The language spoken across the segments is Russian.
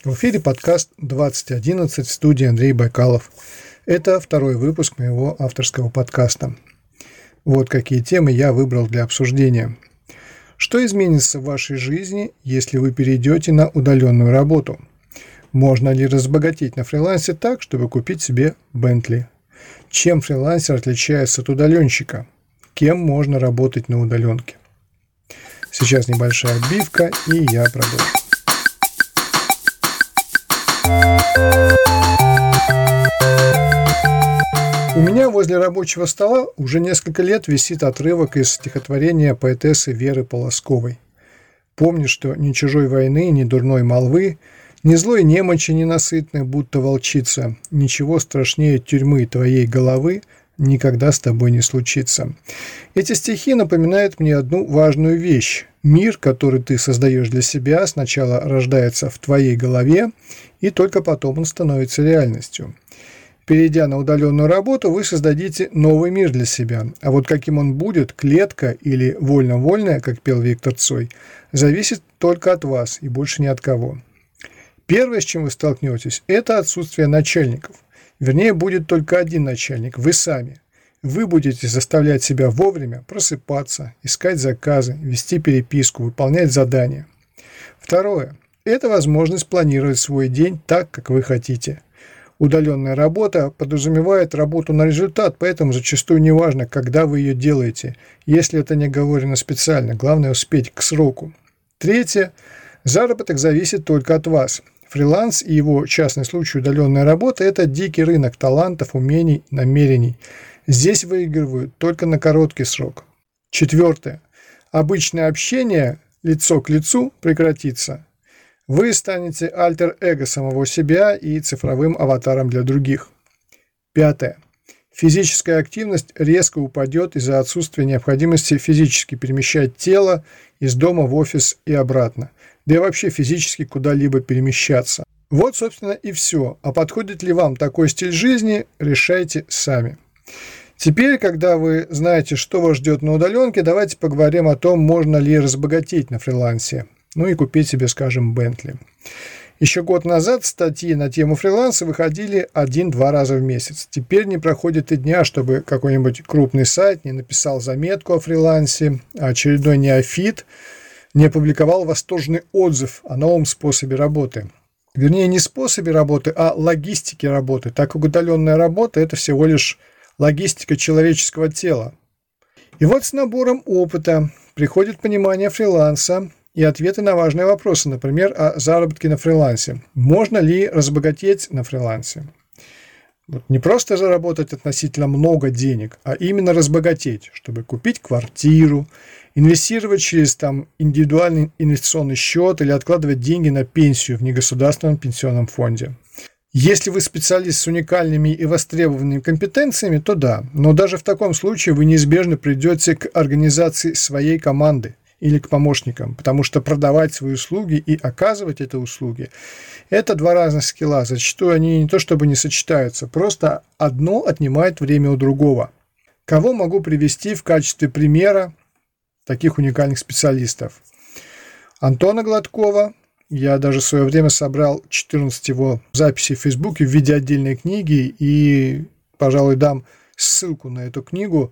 В эфире подкаст 2011 в студии Андрей Байкалов. Это второй выпуск моего авторского подкаста. Вот какие темы я выбрал для обсуждения. Что изменится в вашей жизни, если вы перейдете на удаленную работу? Можно ли разбогатеть на фрилансе так, чтобы купить себе Бентли? Чем фрилансер отличается от удаленщика? Кем можно работать на удаленке? Сейчас небольшая отбивка, и я продолжу. У меня возле рабочего стола уже несколько лет висит отрывок из стихотворения поэтессы Веры Полосковой. «Помни, что ни чужой войны, ни дурной молвы, ни злой немочи ненасытной, будто волчица, ничего страшнее тюрьмы твоей головы никогда с тобой не случится». Эти стихи напоминают мне одну важную вещь. Мир, который ты создаешь для себя, сначала рождается в твоей голове, и только потом он становится реальностью. Перейдя на удаленную работу, вы создадите новый мир для себя. А вот каким он будет, клетка или вольно-вольная, как пел Виктор Цой, зависит только от вас и больше ни от кого. Первое, с чем вы столкнетесь, это отсутствие начальников. Вернее, будет только один начальник – вы сами. Вы будете заставлять себя вовремя просыпаться, искать заказы, вести переписку, выполнять задания. Второе – это возможность планировать свой день так, как вы хотите. Удаленная работа подразумевает работу на результат, поэтому зачастую не важно, когда вы ее делаете, если это не оговорено специально, главное успеть к сроку. Третье – заработок зависит только от вас. Фриланс и его частный случай удаленная работа – это дикий рынок талантов, умений, намерений. Здесь выигрывают только на короткий срок. Четвертое. Обычное общение лицо к лицу прекратится. Вы станете альтер-эго самого себя и цифровым аватаром для других. Пятое. Физическая активность резко упадет из-за отсутствия необходимости физически перемещать тело из дома в офис и обратно, да и вообще физически куда-либо перемещаться. Вот, собственно, и все. А подходит ли вам такой стиль жизни, решайте сами. Теперь, когда вы знаете, что вас ждет на удаленке, давайте поговорим о том, можно ли разбогатеть на фрилансе. Ну и купить себе, скажем, Бентли. Еще год назад статьи на тему фриланса выходили 1-2 раза в месяц. Теперь не проходит и дня, чтобы какой-нибудь крупный сайт не написал заметку о фрилансе, а очередной неофит не опубликовал восторженный отзыв о новом способе работы. Вернее, не способе работы, а логистике работы, так как удаленная работа – это всего лишь логистика человеческого тела. И вот с набором опыта приходит понимание фриланса и ответы на важные вопросы, например, о заработке на фрилансе. Можно ли разбогатеть на фрилансе? Вот не просто заработать относительно много денег, а именно разбогатеть, чтобы купить квартиру, инвестировать через индивидуальный инвестиционный счет или откладывать деньги на пенсию в негосударственном пенсионном фонде. Если вы специалист с уникальными и востребованными компетенциями, то да, но даже в таком случае вы неизбежно придете к организации своей команды или к помощникам, потому что продавать свои услуги и оказывать эти услуги – это два разных скилла. Зачастую они не то чтобы не сочетаются, просто одно отнимает время у другого. Кого могу привести в качестве примера таких уникальных специалистов? Антона Гладкова. Я даже в свое время собрал 14 его записей в Фейсбуке в виде отдельной книги и, пожалуй, дам ссылку на эту книгу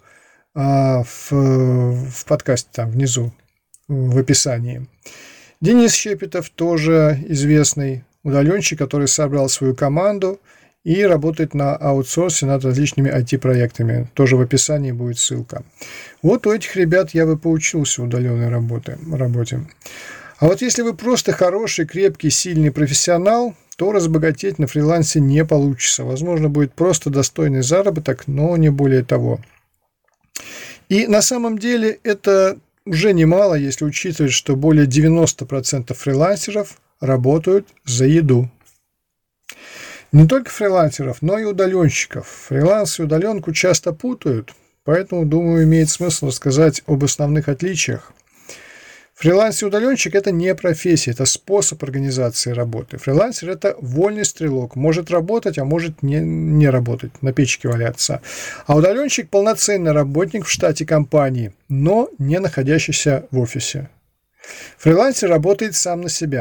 в подкасте там внизу, в описании. Денис Щепетов, тоже известный удаленщик, который собрал свою команду и работает на аутсорсе над различными IT-проектами. Тоже в описании будет ссылка. Вот у этих ребят я бы поучился удаленной работе. А вот если вы просто хороший, крепкий, сильный профессионал, то разбогатеть на фрилансе не получится. Возможно, будет просто достойный заработок, но не более того. И на самом деле это уже немало, если учитывать, что более 90% фрилансеров работают за еду. Не только фрилансеров, но и удаленщиков. Фриланс и удаленку часто путают, поэтому, думаю, имеет смысл рассказать об основных отличиях. Фрилансер и удаленщик – это не профессия, это способ организации работы. Фрилансер – это вольный стрелок, может работать, а может не работать, на печке валяться. А удаленщик – полноценный работник в штате компании, но не находящийся в офисе. Фрилансер работает сам на себя.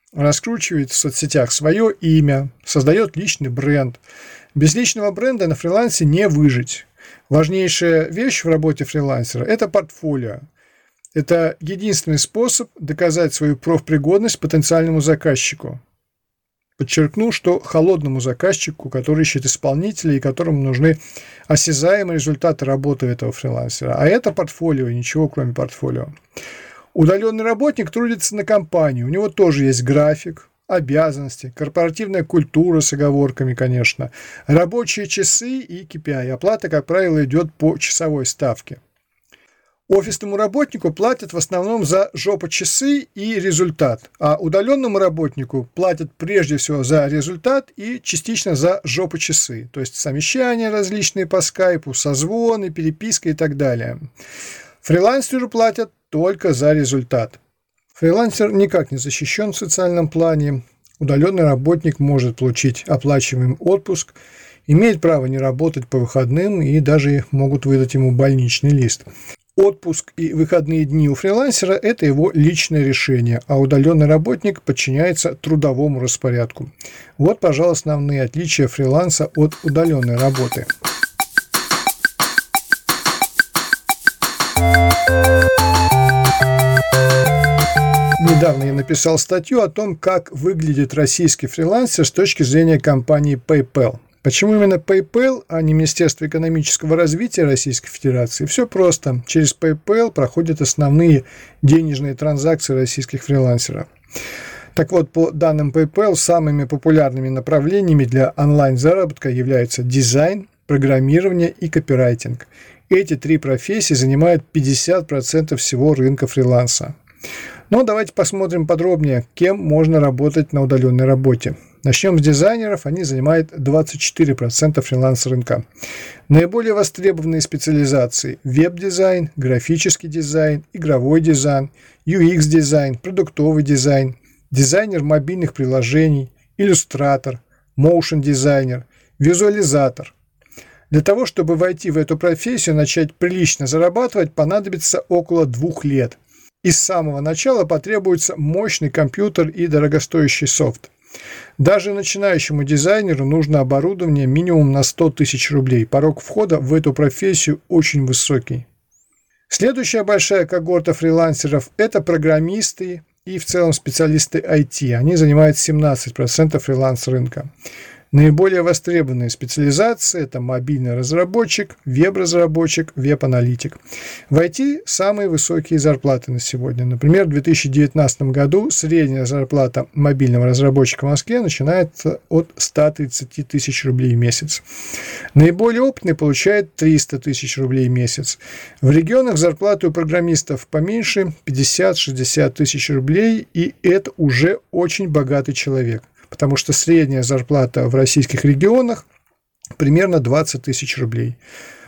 раскручивает в соцсетях свое имя, создает личный бренд. Без личного бренда на фрилансе не выжить. Важнейшая вещь в работе фрилансера – это портфолио. Это единственный способ доказать свою профпригодность потенциальному заказчику. Подчеркну, что холодному заказчику, который ищет исполнителей и которому нужны осязаемые результаты работы этого фрилансера. А это портфолио, ничего кроме портфолио. Удаленный работник трудится на компанию, у него тоже есть график, обязанности, корпоративная культура с оговорками, конечно, рабочие часы и KPI. Оплата, как правило, идет по часовой ставке. Офисному работнику платят в основном за жопочасы и результат, а удаленному работнику платят прежде всего за результат и частично за жопочасы, то есть совещания различные по скайпу, созвоны, переписка и так далее. Фрилансеру платят только за результат. Фрилансер никак не защищен в социальном плане. Удаленный работник может получить оплачиваемый отпуск, имеет право не работать по выходным и даже могут выдать ему больничный лист. Отпуск и выходные дни у фрилансера – это его личное решение, а удаленный работник подчиняется трудовому распорядку. Вот, пожалуй, основные отличия фриланса от удаленной работы. Недавно я написал статью о том, как выглядит российский фрилансер с точки зрения компании PayPal. Почему именно PayPal, а не Министерство экономического развития Российской Федерации? Все просто. Через PayPal проходят основные денежные транзакции российских фрилансеров. Так вот, по данным PayPal, самыми популярными направлениями для онлайн-заработка являются дизайн, программирование и копирайтинг. Эти три профессии занимают 50% всего рынка фриланса. Но давайте посмотрим подробнее, кем можно работать на удаленной работе. Начнем с дизайнеров, они занимают 24% фриланс-рынка. Наиболее востребованные специализации – веб-дизайн, графический дизайн, игровой дизайн, UX-дизайн, продуктовый дизайн, дизайнер мобильных приложений, иллюстратор, моушн-дизайнер, визуализатор. Для того, чтобы войти в эту профессию и начать прилично зарабатывать, понадобится около 2 лет. И с самого начала потребуется мощный компьютер и дорогостоящий софт. Даже начинающему дизайнеру нужно оборудование минимум на 100 тысяч рублей. Порог входа в эту профессию очень высокий. Следующая большая когорта фрилансеров – это программисты и в целом специалисты IT. Они занимают 17% фриланс-рынка. Наиболее востребованные специализации – это мобильный разработчик, веб-разработчик, веб-аналитик. В IT самые высокие зарплаты на сегодня. Например, в 2019 году средняя зарплата мобильного разработчика в Москве начинается от 130 тысяч рублей в месяц. Наиболее опытный получает 300 тысяч рублей в месяц. В регионах зарплаты у программистов поменьше – 50-60 тысяч рублей, и это уже очень богатый человек. Потому что средняя зарплата в российских регионах примерно 20 тысяч рублей.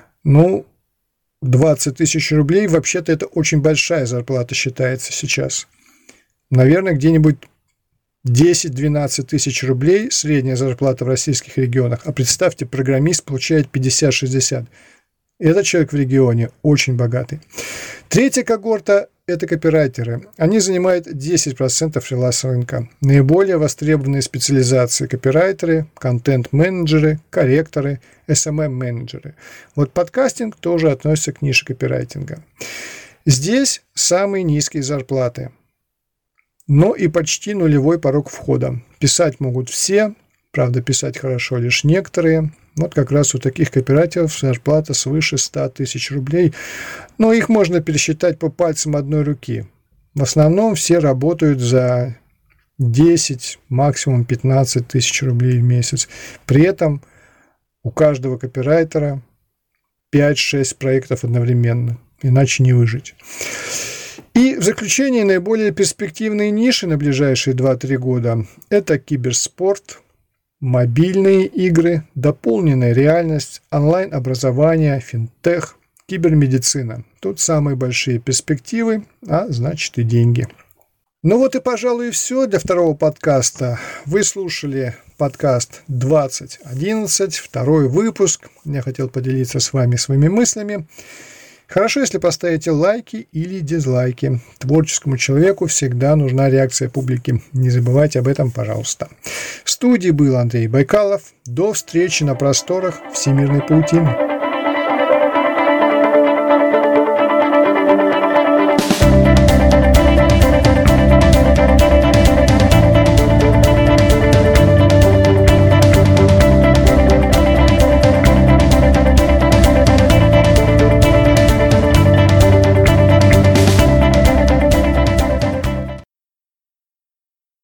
20 тысяч рублей, вообще-то это очень большая зарплата считается сейчас. Наверное, где-нибудь 10-12 тысяч рублей средняя зарплата в российских регионах. А представьте, программист получает 50-60. Этот человек в регионе очень богатый. Третья когорта – это копирайтеры. Они занимают 10% фриланс-рынка. Наиболее востребованные специализации – копирайтеры, контент-менеджеры, корректоры, SMM-менеджеры. Вот подкастинг тоже относится к нише копирайтинга. Здесь самые низкие зарплаты, но и почти нулевой порог входа. Писать могут все, правда, писать хорошо лишь некоторые. Вот как раз у таких копирайтеров зарплата свыше 100 тысяч рублей, но их можно пересчитать по пальцам одной руки. В основном все работают за 10, максимум 15 тысяч рублей в месяц. При этом у каждого копирайтера 5-6 проектов одновременно, иначе не выжить. И в заключение наиболее перспективные ниши на ближайшие 2-3 года – это киберспорт, мобильные игры, дополненная реальность, онлайн-образование, финтех, кибермедицина. Тут самые большие перспективы, а значит и деньги. Ну вот и, пожалуй, все для второго подкаста. Вы слушали подкаст 2011, второй выпуск. Я хотел поделиться с вами своими мыслями. Хорошо, если поставите лайки или дизлайки. Творческому человеку всегда нужна реакция публики. Не забывайте об этом, пожалуйста. В студии был Андрей Байкалов. До встречи на просторах всемирной паутины.